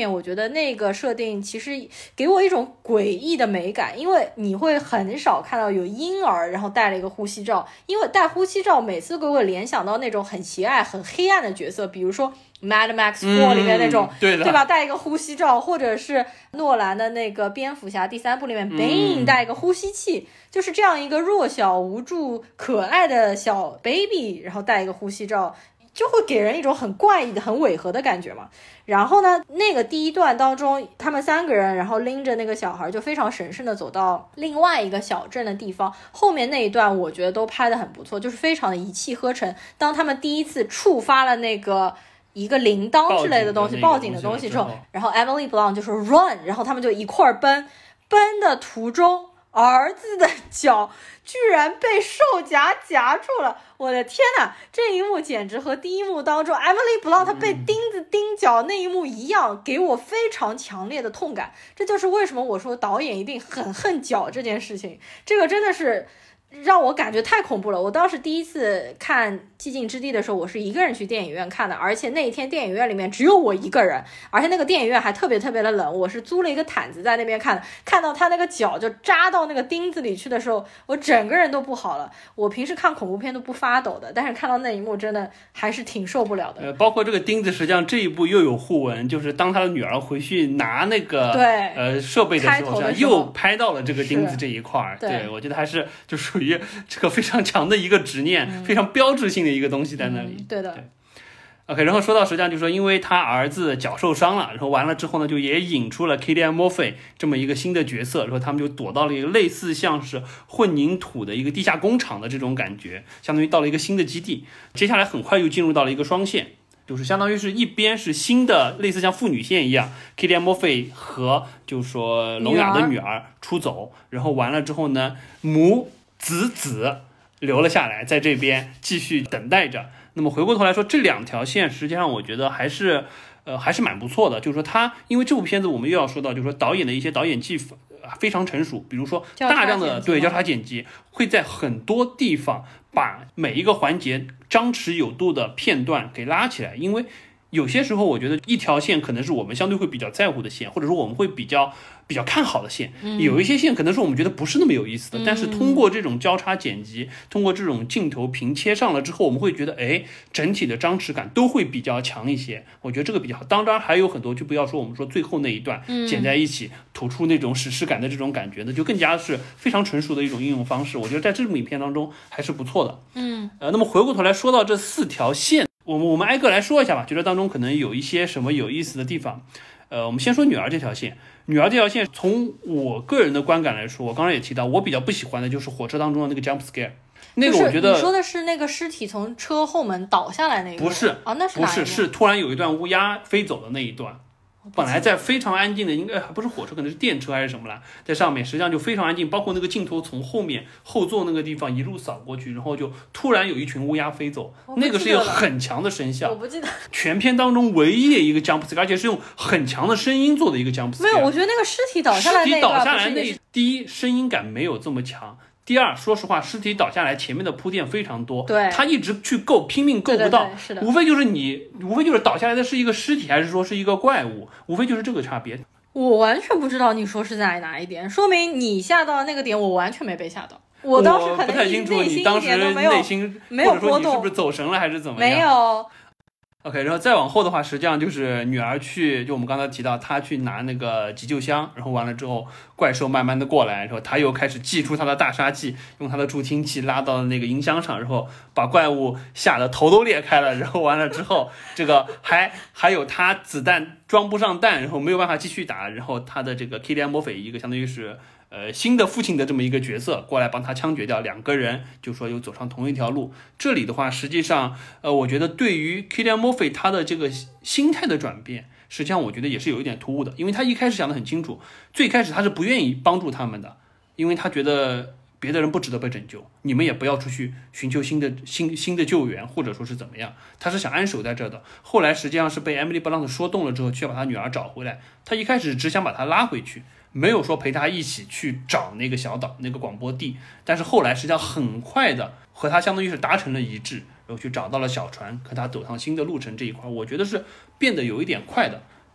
面，我觉得那个设定其实给我一种诡异的美感，因为你会很少看到有婴儿然后戴了一个呼吸罩，因为戴呼吸罩每次给我联想到那种很邪爱很黑暗的角色，比如说Mad Max 4里面那种，对吧？戴一个呼吸罩，或者是诺兰的那个蝙蝠侠第3部里面 Bane 戴一个呼吸器，就是这样一个弱小无助可爱的小 baby， 然后戴一个呼吸罩，就会给人一种很怪异的很违和的感觉嘛。然后呢，那个第一段当中他们3个人然后拎着那个小孩就非常神圣的走到另外一个小镇的地方，后面那一段我觉得都拍得很不错，就是非常的一气呵成。当他们第一次触发了那个一个铃铛之类的东西报警的东西之后，然后 Emily Blunt 就说 run， 然后他们就一块奔的途中，儿子的脚居然被兽夹夹住了，我的天哪，这一幕简直和第一幕当中 Emily Blunt 被钉子钉脚那一幕一样，给我非常强烈的痛感。这就是为什么我说导演一定很恨脚这件事情，这个真的是让我感觉太恐怖了。我当时第一次看《寂静之地》的时候，我是一个人去电影院看的，而且那一天电影院里面只有我一个人，而且那个电影院还特别特别的冷，我是租了一个毯子在那边看的。看到他那个脚就扎到那个钉子里去的时候，我整个人都不好了。我平时看恐怖片都不发抖的，但是看到那一幕真的还是挺受不了的。
包括这个钉子，实际上这一部又有互文，就是当他的女儿回去拿那个设备的时候，又拍到了这个钉子这一块。对，我觉得还是就属于这个非常强的一个执念，非常标志性的一个东西在那里。
对的。
对 OK， 然后说到实际上就是说，因为他儿子脚受伤了，然后完了之后呢，就也引出了 Cillian Murphy 这么一个新的角色，然后他们就躲到了一个类似像是混凝土的一个地下工厂的这种感觉，相当于到了一个新的基地。接下来很快又进入到了一个双线，就是相当于是一边是新的类似像父女线一样 Cillian Murphy 和就是说聋哑的女儿出走，然后完了之后呢，母子留了下来，在这边继续等待着。那么回过头来说，这2条线实际上我觉得还是蛮不错的。就是说他因为这部片子我们又要说到，就是说导演的一些导演技法非常成熟，比如说大量的交叉剪辑，会在很多地方把每一个环节张弛有度的片段给拉起来。因为有些时候我觉得一条线可能是我们相对会比较在乎的线，或者说我们会比较看好的线，有一些线可能是我们觉得不是那么有意思的，但是通过这种交叉剪辑，通过这种镜头平切上了之后，我们会觉得整体的张弛感都会比较强一些，我觉得这个比较好。当然还有很多，就不要说我们说最后那一段剪在一起吐出那种史诗感的这种感觉呢，就更加是非常成熟的一种应用方式，我觉得在这部影片当中还是不错的。那么回过头来说到这4条线，我们挨个来说一下吧，觉得当中可能有一些什么有意思的地方。我们先说女儿这条线。女儿这条线从我个人的观感来说，我刚才也提到，我比较不喜欢的就是火车当中的那个 jump scare， 那个我觉得、
你说的是那个尸体从车后门倒下来那个？
不是
啊，那是哪一个？
不是，是突然有一段乌鸦飞走的那一段。本来在非常安静的，应该还不是火车，可能是电车还是什么啦，在上面实际上就非常安静，包括那个镜头从后面后座那个地方一路扫过去，然后就突然有一群乌鸦飞走，那个是有很强的声效。
我不记得。
全片当中唯一的一个 jump scare， 而且是用很强的声音做的一个 jump scare。
没有，我觉得那个尸体倒下来那个，
第一声音感没有这么强。第二，说实话，尸体倒下来前面的铺垫非常多，
对，
他一直去够，拼命够不到，
对是的，
无非就是倒下来的是一个尸体，还是说是一个怪物，无非就是这个差别。
我完全不知道你说是在哪一点，说明你吓到那个点，我完全没被吓到。我当时可能
不太清楚你当时内心
没有波动，
或者说你是不是走神了还是怎么样？
没有。
OK， 然后再往后的话，实际上就是女儿去，就我们刚才提到，她去拿那个急救箱，然后完了之后，怪兽慢慢的过来，然后她又开始祭出她的大杀器，用她的助听器拉到了那个音箱上，然后把怪物吓得头都裂开了，然后完了之后，这个还有她子弹装不上弹，然后没有办法继续打，然后她的这个 Cillian Murphy 一个相当于是新的父亲的这么一个角色过来帮他枪决掉，两个人就说又走上同一条路。这里的话，实际上我觉得对于 Cillian Murphy 他的这个心态的转变，实际上我觉得也是有一点突兀的，因为他一开始想得很清楚，最开始他是不愿意帮助他们的，因为他觉得别的人不值得被拯救，你们也不要出去寻求新的救援，或者说是怎么样，他是想安守在这的。后来实际上是被 Emily Blunt 说动了之后，去把他女儿找回来。他一开始只想把他拉回去，没有说陪他一起去找那个小岛那个广播地，但是后来实际上很快的和他相当于是达成了一致，然后去找到了小船，和他走上新的路程这一块，我觉得是变得有一点快的。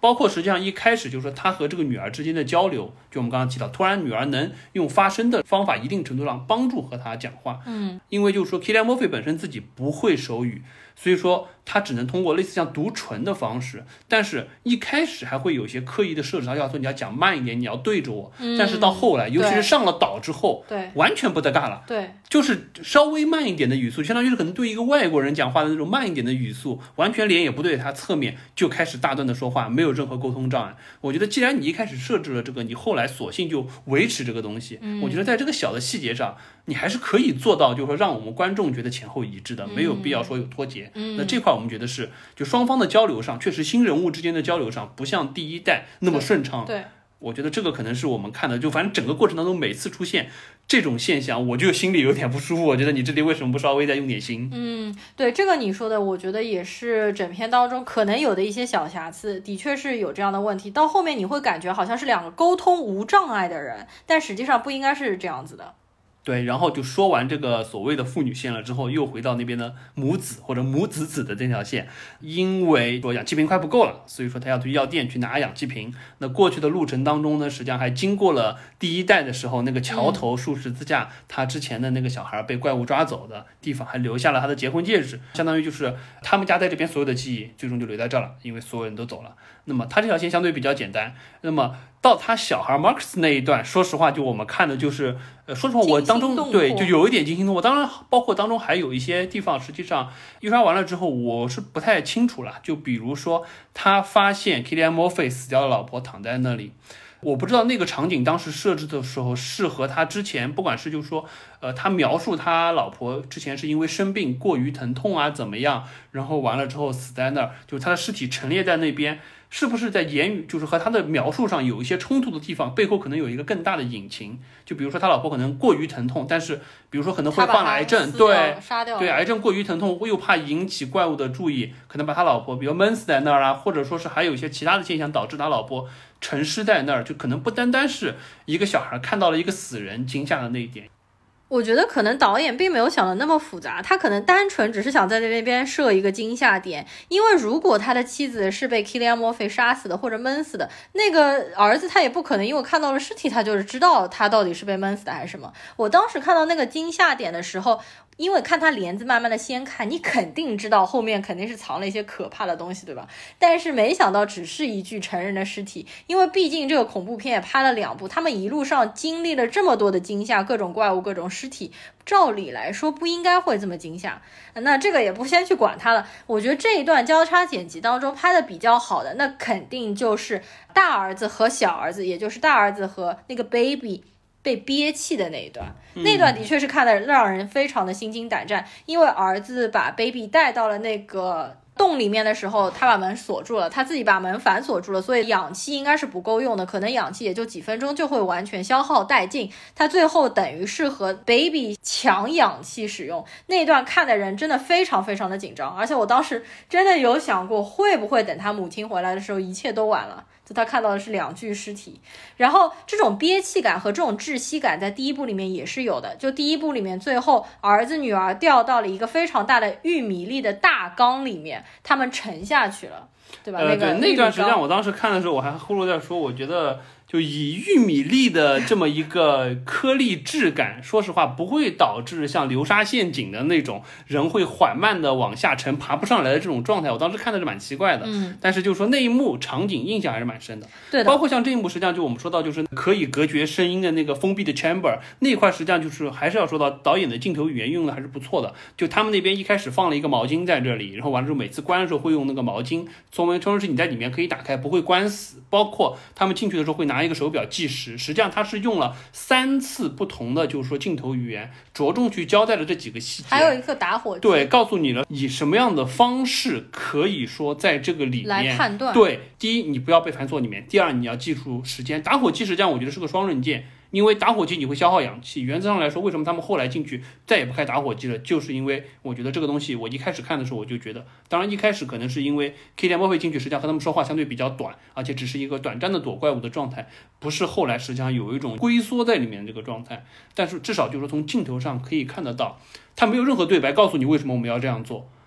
包括实际上一开始就是说他和这个女儿之间的交流，就我们刚刚提到，突然女儿能用发声的方法一定程度上帮助和他讲话，因为就是说 Cillian Murphy 本身自己不会手语，所以说他只能通过类似像读唇的方式，但是一开始还会有一些刻意的设置，他要说你要讲慢一点，你要对着我，但是到后来，尤其是上了岛之后，
对，
完全不得干了，
对，
就是稍微慢一点的语速，相当于是可能对一个外国人讲话的那种慢一点的语速，完全脸也不对他，侧面就开始大段的说话，没有任何沟通障碍。我觉得既然你一开始设置了这个，你后来索性就维持这个东西，我觉得在这个小的细节上，你还是可以做到，就是说让我们观众觉得前后一致的，没有必要说有脱节。那这块我们觉得是，就双方的交流上，确实新人物之间的交流上，不像第一代那么顺畅。
对，
我觉得这个可能是我们看的，就反正整个过程当中，每次出现这种现象，我就心里有点不舒服。我觉得你这里为什么不稍微再用点心？
对，这个你说的，我觉得也是整篇当中可能有的一些小瑕疵，的确是有这样的问题。到后面你会感觉好像是两个沟通无障碍的人，但实际上不应该是这样子的。
对，然后就说完这个所谓的父女线了之后，又回到那边的母子或者母子子的这条线，因为说氧气瓶快不够了，所以说他要去药店去拿氧气瓶。那过去的路程当中呢，实际上还经过了第一代的时候那个桥头竖十字架，他之前的那个小孩被怪物抓走的地方，还留下了他的结婚戒指，相当于就是他们家在这边所有的记忆最终就留在这了，因为所有人都走了。那么他这条线相对比较简单，那么到他小孩 Marcus 那一段，说实话，就我们看的就是，说实话，我当中对就有一点惊心动魄。当然，包括当中还有一些地方，实际上一刷完了之后，我是不太清楚了。就比如说，他发现 Cillian Murphy 死掉的老婆躺在那里。我不知道那个场景当时设置的时候是和他之前，不管是就是说，他描述他老婆之前是因为生病过于疼痛啊怎么样，然后完了之后死在那儿，就是他的尸体陈列在那边，是不是在言语就是和他的描述上有一些冲突的地方，背后可能有一个更大的隐情？就比如说他老婆可能过于疼痛，但是比如说可能会患了癌症，对，
杀掉，
对，癌症过于疼痛又怕引起怪物的注意，可能把他老婆比如闷死在那儿啊，或者说是还有一些其他的现象导致他老婆沉尸在那儿，就可能不单单是一个小孩看到了一个死人惊吓的那一点。
我觉得可能导演并没有想的那么复杂，他可能单纯只是想在那边设一个惊吓点，因为如果他的妻子是被 Cillian Murphy 杀死的或者闷死的，那个儿子他也不可能因为看到了尸体他就是知道他到底是被闷死的还是什么。我当时看到那个惊吓点的时候，因为看他帘子慢慢的掀开，你肯定知道后面肯定是藏了一些可怕的东西，对吧？但是没想到只是一具成人的尸体，因为毕竟这个恐怖片也拍了2部，他们一路上经历了这么多的惊吓，各种怪物各种尸体，照理来说不应该会这么惊吓。那这个也不先去管它了，我觉得这一段交叉剪辑当中拍的比较好的，那肯定就是大儿子和小儿子，也就是大儿子和那个 baby被憋气的那一段，那段的确是看得让人非常的心惊胆战，因为儿子把 baby 带到了那个洞里面的时候，他把门锁住了，他自己把门反锁住了，所以氧气应该是不够用的，可能氧气也就几分钟就会完全消耗殆尽，他最后等于是和 baby 抢氧气使用。那段看的人真的非常非常的紧张，而且我当时真的有想过会不会等他母亲回来的时候一切都晚了，就他看到的是2具尸体。然后这种憋气感和这种窒息感在第一部里面也是有的，就第一部里面最后儿子女儿掉到了一个非常大的玉米粒的大缸里面，他们沉下去了，对吧？
对，那段实际上我当时看的时候我还呼噜在说，我觉得就以玉米粒的这么一个颗粒质感，说实话不会导致像流沙陷阱的那种人会缓慢的往下沉爬不上来的这种状态，我当时看的是蛮奇怪的。但是就是说那一幕场景印象还是蛮深的。
对的，
包括像这一幕实际上就我们说到就是可以隔绝声音的那个封闭的 chamber 那一块，实际上就是还是要说到导演的镜头语言用的还是不错的。就他们那边一开始放了一个毛巾在这里，然后完了之后每次关的时候会用那个毛巾作为充气，你在里面可以打开不会关死，包括他们进去的时候会拿一个手表计时，实际上它是用了3次不同的就是说镜头语言着重去交代了这几个细节，
还有一个打火机，
对，告诉你了以什么样的方式可以说在这个里面
来判断。
对，第一你不要被反锁里面，第二你要记住时间。打火机实际上我觉得是个双刃剑，因为打火机你会消耗氧气，原则上来说为什么他们后来进去再也不开打火机了，就是因为我觉得这个东西我一开始看的时候我就觉得，当然一开始可能是因为 Cillian Murphy 进去实际上和他们说话相对比较短，而且只是一个短暂的躲怪物的状态，不是后来实际上有一种龟缩在里面的这个状态，但是至少就是说从镜头上可以看得到他没有任何对白告诉你为什么我们要这样做，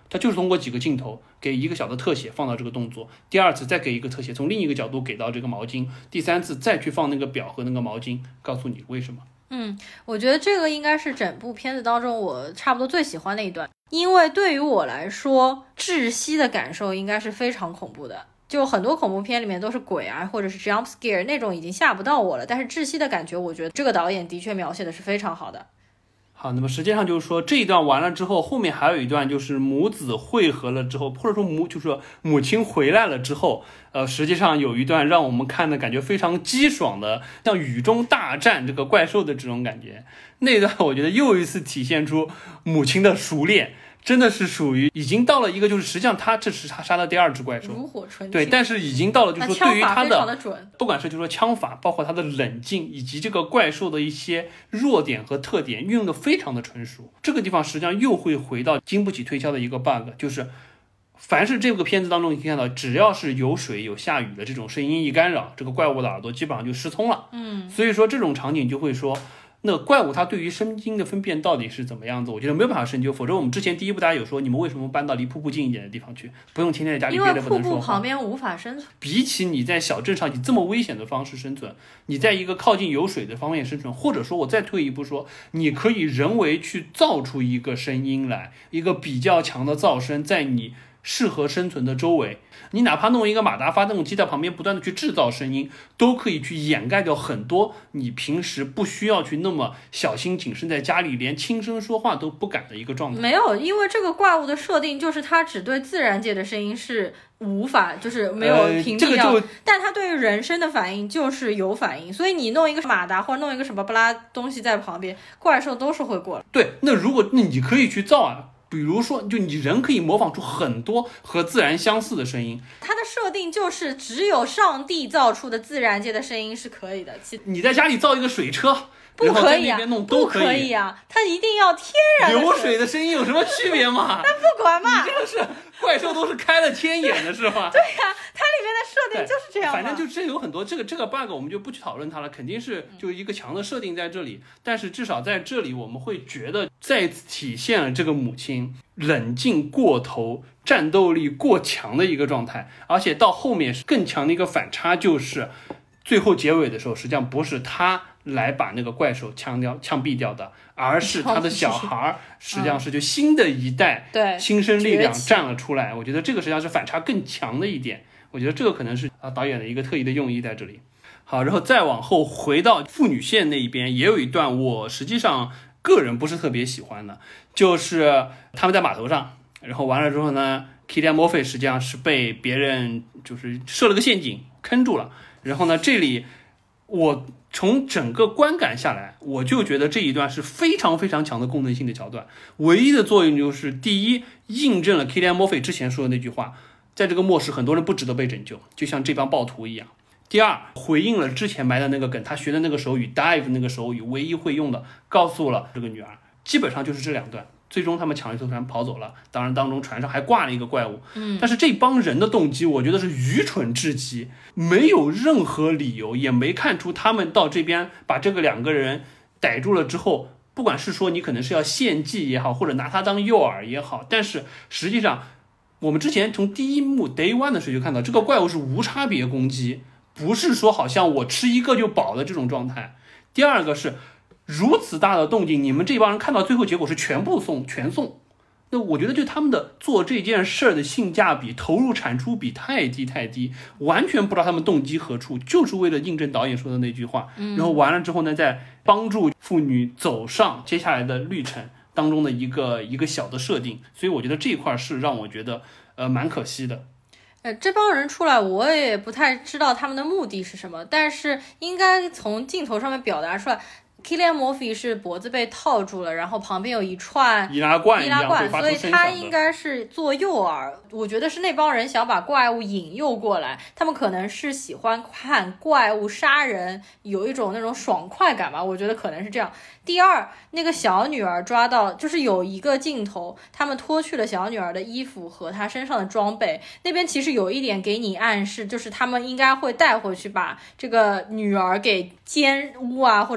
它就是通过几个镜头给一个小的特写放到这个动作，第二次再给一个特写从另一个角度给到这个毛巾，第三次再去放那个表和那个毛巾，告诉你为什么。
我觉得这个应该是整部片子当中我差不多最喜欢的一段，因为对于我来说，窒息的感受应该是非常恐怖的。就很多恐怖片里面都是鬼啊，或者是 jump scare 那种已经吓不到我了，但是窒息的感觉，我觉得这个导演的确描写的是非常好的。
好，那么实际上就是说这一段完了之后，后面还有一段就是母子汇合了之后，或者说就是母亲回来了之后，实际上有一段让我们看的感觉非常激爽的，像雨中大战这个怪兽的这种感觉。那一段我觉得又一次体现出母亲的熟练。真的是属于已经到了一个，就是实际上这是他杀的第二只怪兽，
如火纯青。
对，但是已经到了，就是说对于他的
准，
不管是就是说枪法，包括他的冷静，以及这个怪兽的一些弱点和特点运用的非常的纯熟。这个地方实际上又会回到经不起推敲的一个 bug， 就是凡是这个片子当中你可以看到，只要是有水有下雨的这种声音一干扰，这个怪物的耳朵基本上就失聪了。所以说这种场景就会说。那怪物它对于声音的分辨到底是怎么样子？我觉得没有办法深究，否则我们之前第一部大家有说，你们为什么搬到离瀑布近一点的地方去，不用天天在家里憋着不能说话？因为
瀑布旁边无法生存。
比起你在小镇上以这么危险的方式生存，你在一个靠近有水的方面生存，或者说我再退一步说，你可以人为去造出一个声音来，一个比较强的噪声，在你适合生存的周围。你哪怕弄一个马达发动机在旁边不断的去制造声音，都可以去掩盖掉很多你平时不需要去那么小心谨慎，在家里连轻声说话都不敢的一个状态。
没有，因为这个怪物的设定就是它只对自然界的声音是无法，就是没有屏蔽掉，但它对于人声的反应就是有反应，所以你弄一个马达或者弄一个什么不拉东西在旁边，怪兽都是会过来。
对，那如果你可以去造啊。比如说，就你人可以模仿出很多和自然相似的声音。
它的设定就是只有上帝造出的自然界的声音是可以的。
你在家里造一个水车，
不可以啊，
不
可以啊，它一定要天然的
流水的声音有什么区别吗？
那不管嘛，
你这个是怪兽都是开了天眼的是吧？
对呀、它里面的设定就是这样。
反正就是有很多这个 bug 我们就不去讨论它了，肯定是就一个强的设定在这里，但是至少在这里我们会觉得再次体现了这个母亲冷静过头、战斗力过强的一个状态，而且到后面是更强的一个反差，就是最后结尾的时候，实际上不是他来把那个怪兽枪毙掉的，而是他的小孩，实际上是就新的一代新生力量站了出来。我觉得这个实际上是反差更强的一点，我觉得这个可能是导演的一个特意的用意在这里。好，然后再往后回到妇女线那一边，也有一段我实际上个人不是特别喜欢的，就是他们在码头上，然后完了之后呢 Cillian Murphy 实际上是被别人就是设了个陷阱坑住了，然后呢这里我从整个观感下来，我就觉得这一段是非常非常强的功能性的桥段，唯一的作用就是第一，印证了 Cillian Murphy 之前说的那句话，在这个末世很多人不值得被拯救，就像这帮暴徒一样。第二，回应了之前埋的那个梗，他学的那个手语 dive 那个手语唯一会用的，告诉了这个女儿，基本上就是这两段。最终他们抢一艘船跑走了，当然当中船上还挂了一个怪物。但是这帮人的动机我觉得是愚蠢至极，没有任何理由，也没看出他们到这边把这个两个人逮住了之后，不管是说你可能是要献祭也好，或者拿他当诱饵也好，但是实际上我们之前从第一幕 Day One 的时候就看到，这个怪物是无差别攻击，不是说好像我吃一个就饱的这种状态。第二个是如此大的动静，你们这帮人看到最后结果是全送，那我觉得就他们的做这件事的性价比、投入产出比太低，完全不知道他们动机何处，就是为了印证导演说的那句话。然后完了之后呢，再帮助妇女走上接下来的旅程当中的一个小的设定，所以我觉得这一块是让我觉得蛮可惜的。
这帮人出来我也不太知道他们的目的是什么，但是应该从镜头上面表达出来Cillian Murphy 是脖子被套住了，然后旁边有一串
易拉罐，
所以他应该是做诱饵。我觉得是那帮人想把怪物引诱过来，他们可能是喜欢看怪物杀人，有一种那种爽快感吧，我觉得可能是这样。第二，那个小女儿抓到，就是有一个镜头，他们脱去了小女儿的衣服和她身上的装备，那边其实有一点给你暗示，就是他们应该会带回去把这个女儿给奸污啊，或者是奸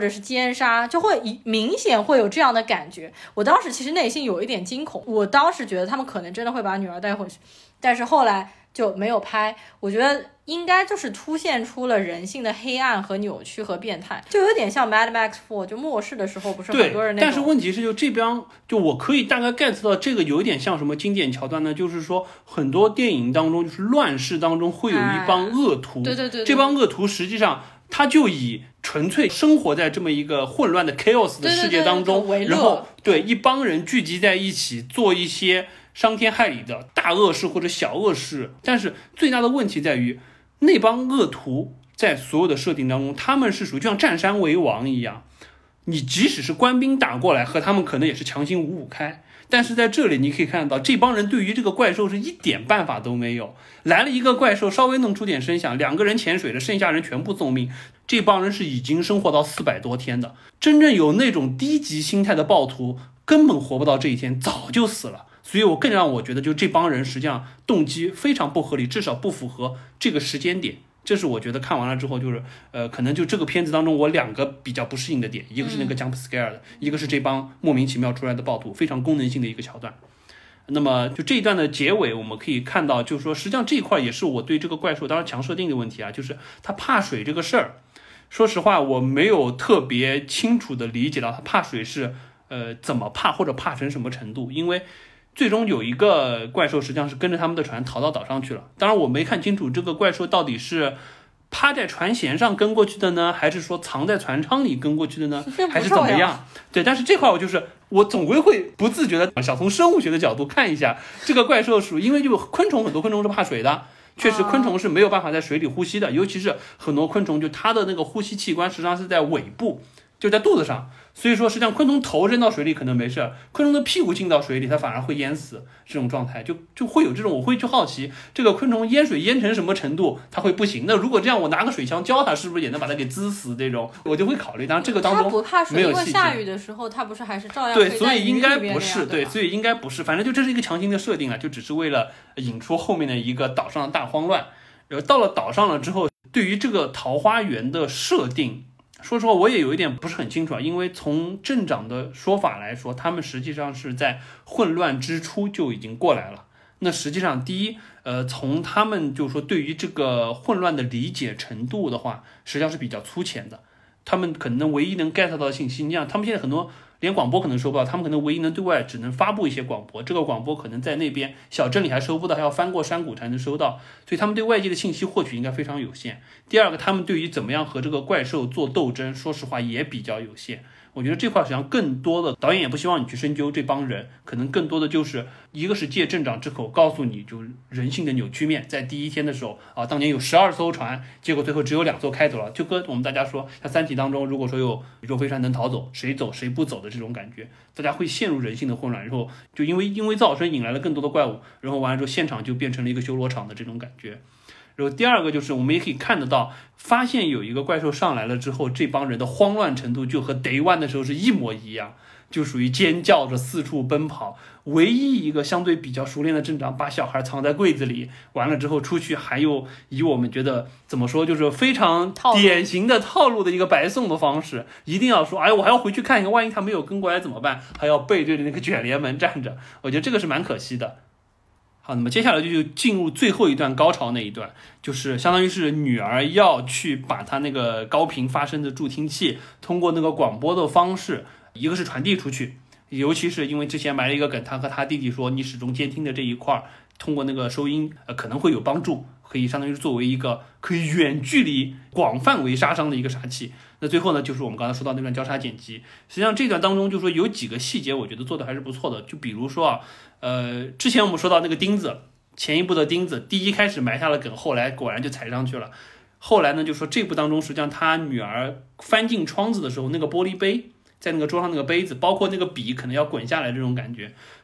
奸杀，就会明显会有这样的感觉。我当时其实内心有一点惊恐，我当时觉得他们可能真的会把女儿带回去，但是后来就没有拍。我觉得应该就是凸显出了人性的黑暗和扭曲和变态，就有点像 Mad Max 4，就末世的时候不是很多人那种。
但是问题是就这边就我可以大概 get 到这个有点像什么经典桥段呢？就是说很多电影当中就是乱世当中会有一帮恶徒，
对，
这帮恶徒实际上他就以纯粹生活在这么一个混乱的 chaos 的世界当中，然后一帮人聚集在一起做一些伤天害理的大恶事或者小恶事。但是最大的问题在于那帮恶徒在所有的设定当中，他们是属于就像占山为王一样，你即使是官兵打过来，和他们可能也是强行五五开。但是在这里你可以看到，这帮人对于这个怪兽是一点办法都没有。来了一个怪兽，稍微弄出点声响，2个人潜水了，剩下人全部送命。这帮人是已经生活到400多天的，真正有那种低级心态的暴徒根本活不到这一天，早就死了。所以更让我觉得，就这帮人实际上动机非常不合理，至少不符合这个时间点。这是我觉得看完了之后，就是可能就这个片子当中我2个比较不适应的点，一个是那个 jump scare 的，一个是这帮莫名其妙出来的暴徒，非常功能性的一个桥段。那么就这一段的结尾，我们可以看到，就是说实际上这一块也是我对这个怪兽当然强设定的问题啊，就是他怕水这个事儿。说实话，我没有特别清楚的理解到他怕水是怎么怕，或者怕成什么程度，因为最终有一个怪兽实际上是跟着他们的船逃到岛上去了。当然我没看清楚这个怪兽到底是趴在船舷上跟过去的呢，还是说藏在船舱里跟过去的呢，还是怎么样？对，但是这块我总归会不自觉的想从生物学的角度看一下这个怪兽属于，因为就昆虫很多昆虫是怕水的，确实昆虫是没有办法在水里呼吸的，尤其是很多昆虫就它的那个呼吸器官实际上是在尾部，就在肚子上。所以说实际上昆虫头扔到水里可能没事，昆虫的屁股进到水里它反而会淹死，这种状态就会有这种，我会去好奇这个昆虫淹水淹成什么程度它会不行。那如果这样我拿个水枪浇它，是不是也能把它给滋死，这种我就会考虑。当然这个当中
它不怕水，
因
为下雨的时候它不是还是照样
对，所以应该不是，
对，
所以应该不是，反正就这是一个强行的设定了，就只是为了引出后面的一个岛上的大慌乱。然后到了岛上了之后，对于这个桃花源的设定，说实话我也有一点不是很清楚啊，因为从镇长的说法来说，他们实际上是在混乱之初就已经过来了。那实际上第一，从他们就是说对于这个混乱的理解程度的话，实际上是比较粗浅的。他们可能唯一能 get 到的信息，你想他们现在很多连广播可能收不到，他们可能唯一能对外只能发布一些广播，这个广播可能在那边小镇里还收不到，还要翻过山谷才能收到，所以他们对外界的信息获取应该非常有限。第二个，他们对于怎么样和这个怪兽做斗争，说实话也比较有限。我觉得这块实际上更多的导演也不希望你去深究这帮人，可能更多的就是一个是借镇长之口告诉你就人性的扭曲面。在第一天的时候啊，当年有12艘船，结果最后只有2艘开走了，就跟我们大家说像三体当中如果说有宇宙飞船能逃走，谁走谁不走的这种感觉，大家会陷入人性的混乱，然后就因为噪声引来了更多的怪物，然后完了之后现场就变成了一个修罗场的这种感觉。然后第二个就是我们也可以看得到，发现有一个怪兽上来了之后，这帮人的慌乱程度就和 Day One 的时候是一模一样，就属于尖叫着四处奔跑。唯一一个相对比较熟练的镇长把小孩藏在柜子里，完了之后出去还有以我们觉得怎么说就是非常典型的套路的一个白送的方式，一定要说哎我还要回去看一看，万一他没有跟过来怎么办，还要背对着那个卷帘门站着，我觉得这个是蛮可惜的。好，那么接下来就进入最后一段高潮那一段，就是相当于是女儿要去把她那个高频发声的助听器通过那个广播的方式，一个是传递出去，尤其是因为之前埋了一个梗，他和他弟弟说你始终监听的这一块通过那个收音可能会有帮助，可以相当于是作为一个可以远距离广范围杀伤的一个杀器。那最后呢，就是我们刚才说到那段交叉剪辑，实际上这段当中就说有几个细节我觉得做的还是不错的，就比如说之前我们说到那个钉子，前一部的钉子第一开始埋下了梗，后来果然就踩上去了。后来呢就说这部当中实际上他女儿翻进窗子的时候，那个玻璃杯在那个桌上那个杯子，包括那个笔可能要滚下来这种感觉，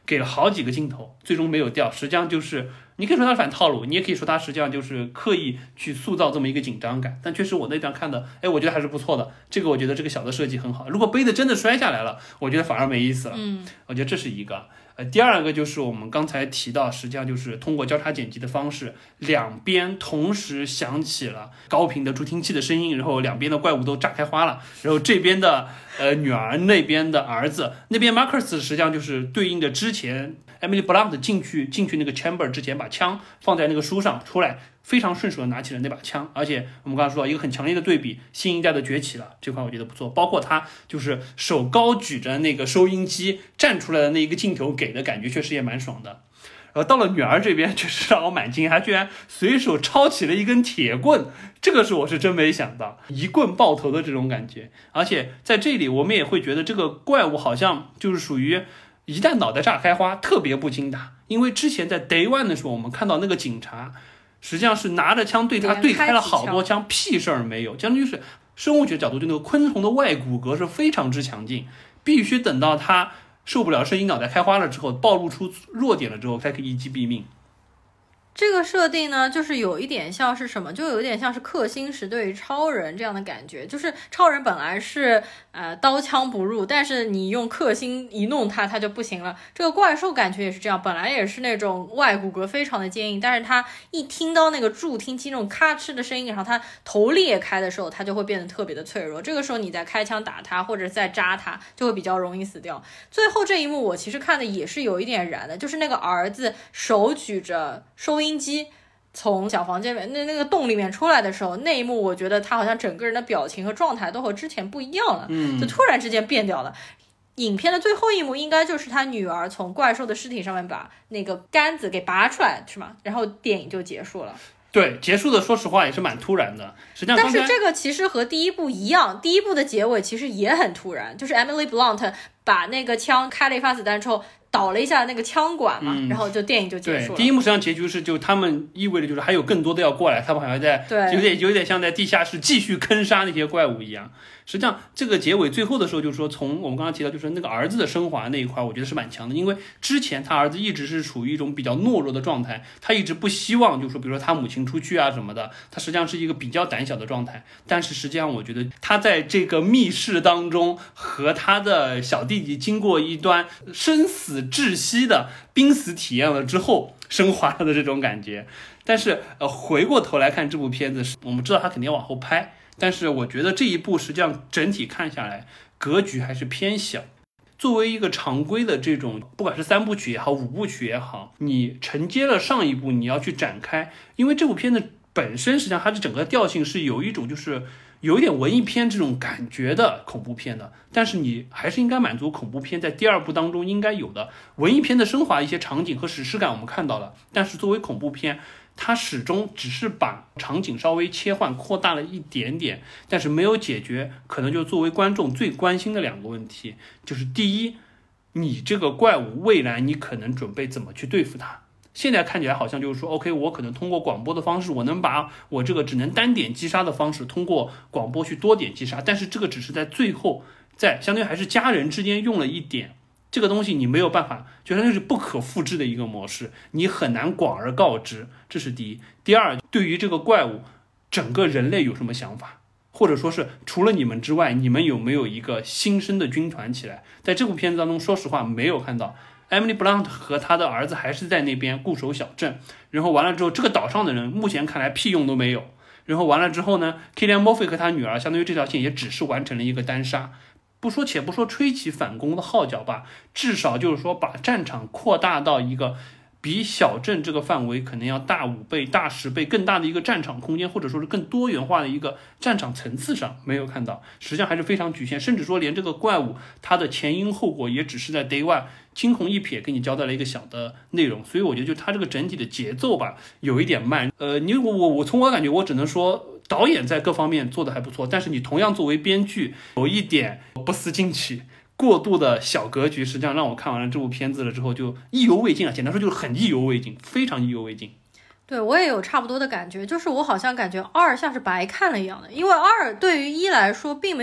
给了好几个镜头，最终没有掉，实际上就是你可以说它反套路，你也可以说它实际上就是刻意去塑造这么一个紧张感。但确实我那段看的，我觉得还是不错的。这个我觉得这个小的设计很好。如果杯子真的摔下来了，我觉得反而没意思了。我觉得这是一个。第二个就是我们刚才提到，实际上就是通过交叉剪辑的方式，两边同时响起了高频的助听器的声音，然后两边的怪物都炸开花了，然后这边的女儿，那边的儿子，那边 Marcus 实际上就是对应着之前 Emily Blunt 进去那个 chamber 之前，把枪放在那个书上出来，非常顺手的拿起了那把枪。而且我们刚才说到一个很强烈的对比，新一代的崛起了，这块我觉得不错。包括他就是手高举着那个收音机站出来的那一个镜头，给的感觉确实也蛮爽的。然后到了女儿这边，确实让我蛮惊讶，她居然随手抄起了一根铁棍，这个我是真没想到，一棍爆头的这种感觉。而且在这里我们也会觉得这个怪物好像就是属于一旦脑袋炸开花特别不经打，因为之前在 Day One 的时候，我们看到那个警察实际上是拿着枪对他对开了好多枪，屁事儿没有。将就是生物学角度对那个昆虫的外骨骼是非常之强劲，必须等到他受不了声音脑袋开花了之后，暴露出弱点了之后，才可以一击毙命。
这个设定呢，就是有一点像是什么，就有点像是氪星石对于超人这样的感觉。就是超人本来是刀枪不入，但是你用氪星一弄他就不行了。这个怪兽感觉也是这样，本来也是那种外骨骼非常的坚硬，但是他一听到那个助听器那种咔哧的声音，然后他头裂开的时候，他就会变得特别的脆弱。这个时候你再开枪打他或者再扎他，就会比较容易死掉。最后这一幕我其实看的也是有一点燃的，就是那个儿子手举着收音机从小房间里面那个洞里面出来的时候，那一幕我觉得他好像整个人的表情和状态都和之前不一样了，就突然之间变掉了。影片的最后一幕应该就是他女儿从怪兽的尸体上面把那个杆子给拔出来，是吗？然后电影就结束了。
对，结束的说实话也是蛮突然的。实际上
但是这个其实和第一部一样，第一部的结尾其实也很突然，就是 Emily Blunt 把那个枪开了一发子弹之后倒了一下那个枪管嘛，然后就电影就结束了。
对，第一幕实际上结局是就他们意味着就是还有更多的要过来，他们好像在有点像在地下室继续坑杀那些怪物一样。实际上这个结尾最后的时候就是说，从我们刚刚提到就是那个儿子的升华那一块，我觉得是蛮强的，因为之前他儿子一直是处于一种比较懦弱的状态，他一直不希望就是说比如说他母亲出去啊什么的，他实际上是一个比较胆小的状态。但是实际上我觉得他在这个密室当中和他的小弟弟经过一段生死窒息的濒死体验了之后，升华了的这种感觉。但是回过头来看这部片子，我们知道他肯定要往后拍，但是我觉得这一部实际上整体看下来格局还是偏小。作为一个常规的这种不管是3部曲也好5部曲也好，你承接了上一部你要去展开，因为这部片子本身实际上它的整个调性是有一种就是有一点文艺片这种感觉的恐怖片的，但是你还是应该满足恐怖片在第2部当中应该有的文艺片的升华，一些场景和史诗感我们看到了，但是作为恐怖片它始终只是把场景稍微切换扩大了一点点，但是没有解决可能就作为观众最关心的2个问题，就是第一，你这个怪物未来你可能准备怎么去对付它。现在看起来好像就是说 OK 我可能通过广播的方式，我能把我这个只能单点击杀的方式通过广播去多点击杀，但是这个只是在最后在相当于还是家人之间用了一点，这个东西你没有办法，就相当于是不可复制的一个模式，你很难广而告之，这是第一。第二，对于这个怪物整个人类有什么想法，或者说是除了你们之外，你们有没有一个新生的军团起来。在这部片子当中说实话没有看到Emily Blunt 和他的儿子还是在那边固守小镇，然后完了之后这个岛上的人目前看来屁用都没有，然后完了之后呢 Cillian Murphy 和他女儿相当于这条线也只是完成了一个单杀，且不说吹起反攻的号角吧，至少就是说把战场扩大到一个比小镇这个范围可能要大5倍大10倍更大的一个战场空间，或者说是更多元化的一个战场层次上没有看到，实际上还是非常局限，甚至说连这个怪物它的前因后果也只是在 Day One 惊鸿一瞥给你交代了一个小的内容，所以我觉得就它这个整体的节奏吧有一点慢。我从我感觉我只能说导演在各方面做的还不错，但是你同样作为编剧有一点不思进取，过度的小格局，实际上让我看完了这部片子了之后就意犹未尽啊，简单说就是很意犹未尽，非常意犹未尽。
对，我也有差不多的感觉，就是我好像感觉2像是白看了一样的，因为2对于1来说并没有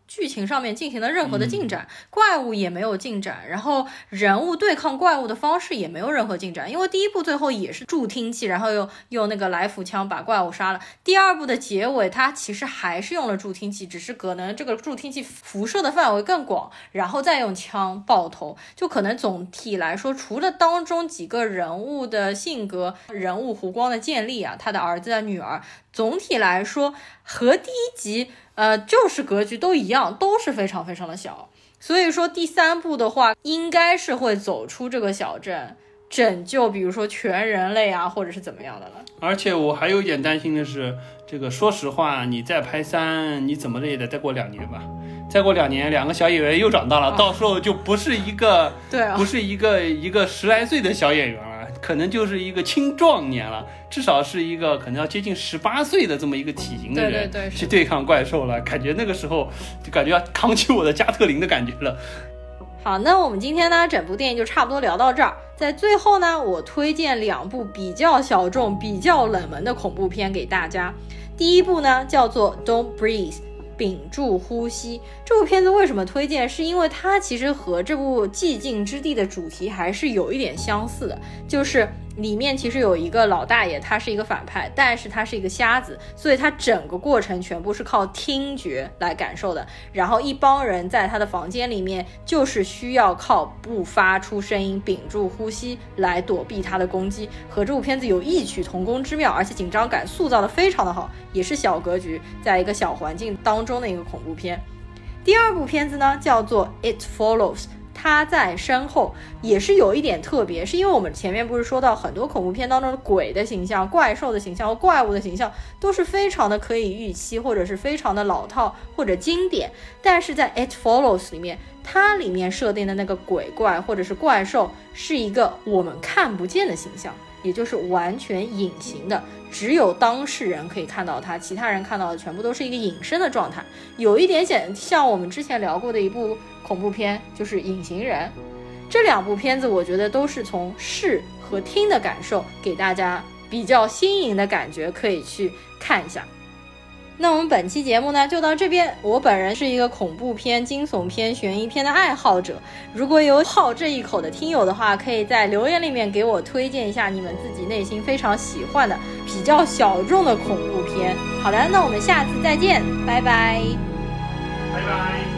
剧情上面进行了任何的进展，怪物也没有进展，然后人物对抗怪物的方式也没有任何进展，因为第一部最后也是助听器，然后又用那个来福枪把怪物杀了，第二部的结尾它其实还是用了助听器，只是可能这个助听器辐射的范围更广，然后再用枪爆头，就可能总体来说，除了当中几个人物的性格、人物弧光的建立啊，他的儿子啊、女儿，总体来说和第一集就是格局都一样，都是非常非常的小。所以说第三部的话，应该是会走出这个小镇，拯救比如说全人类啊，或者是怎么样的了。
而且我还有一点担心的是，这个说实话，你再拍3，你怎么的也得再过2年吧。再过2年，2个小演员又长大了，到时候就不是一个不是一个10来岁的小演员了，可能就是一个青壮年了，至少是一个可能要接近18岁的这么一个体型的人去对抗怪兽了，感觉那个时候就感觉要扛起我的加特林的感觉了。
好，那我们今天呢，整部电影就差不多聊到这儿。在最后呢，我推荐2部比较小众、比较冷门的恐怖片给大家。第一部呢叫做 Don't Breathe，屏住呼吸。这部片子为什么推荐，是因为它其实和这部寂静之地的主题还是有一点相似的，就是里面其实有一个老大爷，他是一个反派，但是他是一个瞎子，所以他整个过程全部是靠听觉来感受的。然后一帮人在他的房间里面，就是需要靠不发出声音、屏住呼吸来躲避他的攻击，和这部片子有异曲同工之妙，而且紧张感塑造的非常的好，也是小格局，在一个小环境当中的一个恐怖片。第二部片子呢叫做 It Follows，他在身后，也是有一点特别，是因为我们前面不是说到很多恐怖片当中的鬼的形象、怪兽的形象和怪物的形象都是非常的可以预期，或者是非常的老套或者经典，但是在 It Follows 里面，它里面设定的那个鬼怪或者是怪兽是一个我们看不见的形象，也就是完全隐形的，只有当事人可以看到它，其他人看到的全部都是一个隐身的状态，有一点像我们之前聊过的一部恐怖片，就是隐形人。这2部片子我觉得都是从视和听的感受给大家比较新颖的感觉，可以去看一下。那我们本期节目呢就到这边。我本人是一个恐怖片、惊悚片、悬疑片的爱好者，如果有好这一口的听友的话，可以在留言里面给我推荐一下你们自己内心非常喜欢的比较小众的恐怖片。好的，那我们下次再见，拜拜。
拜拜。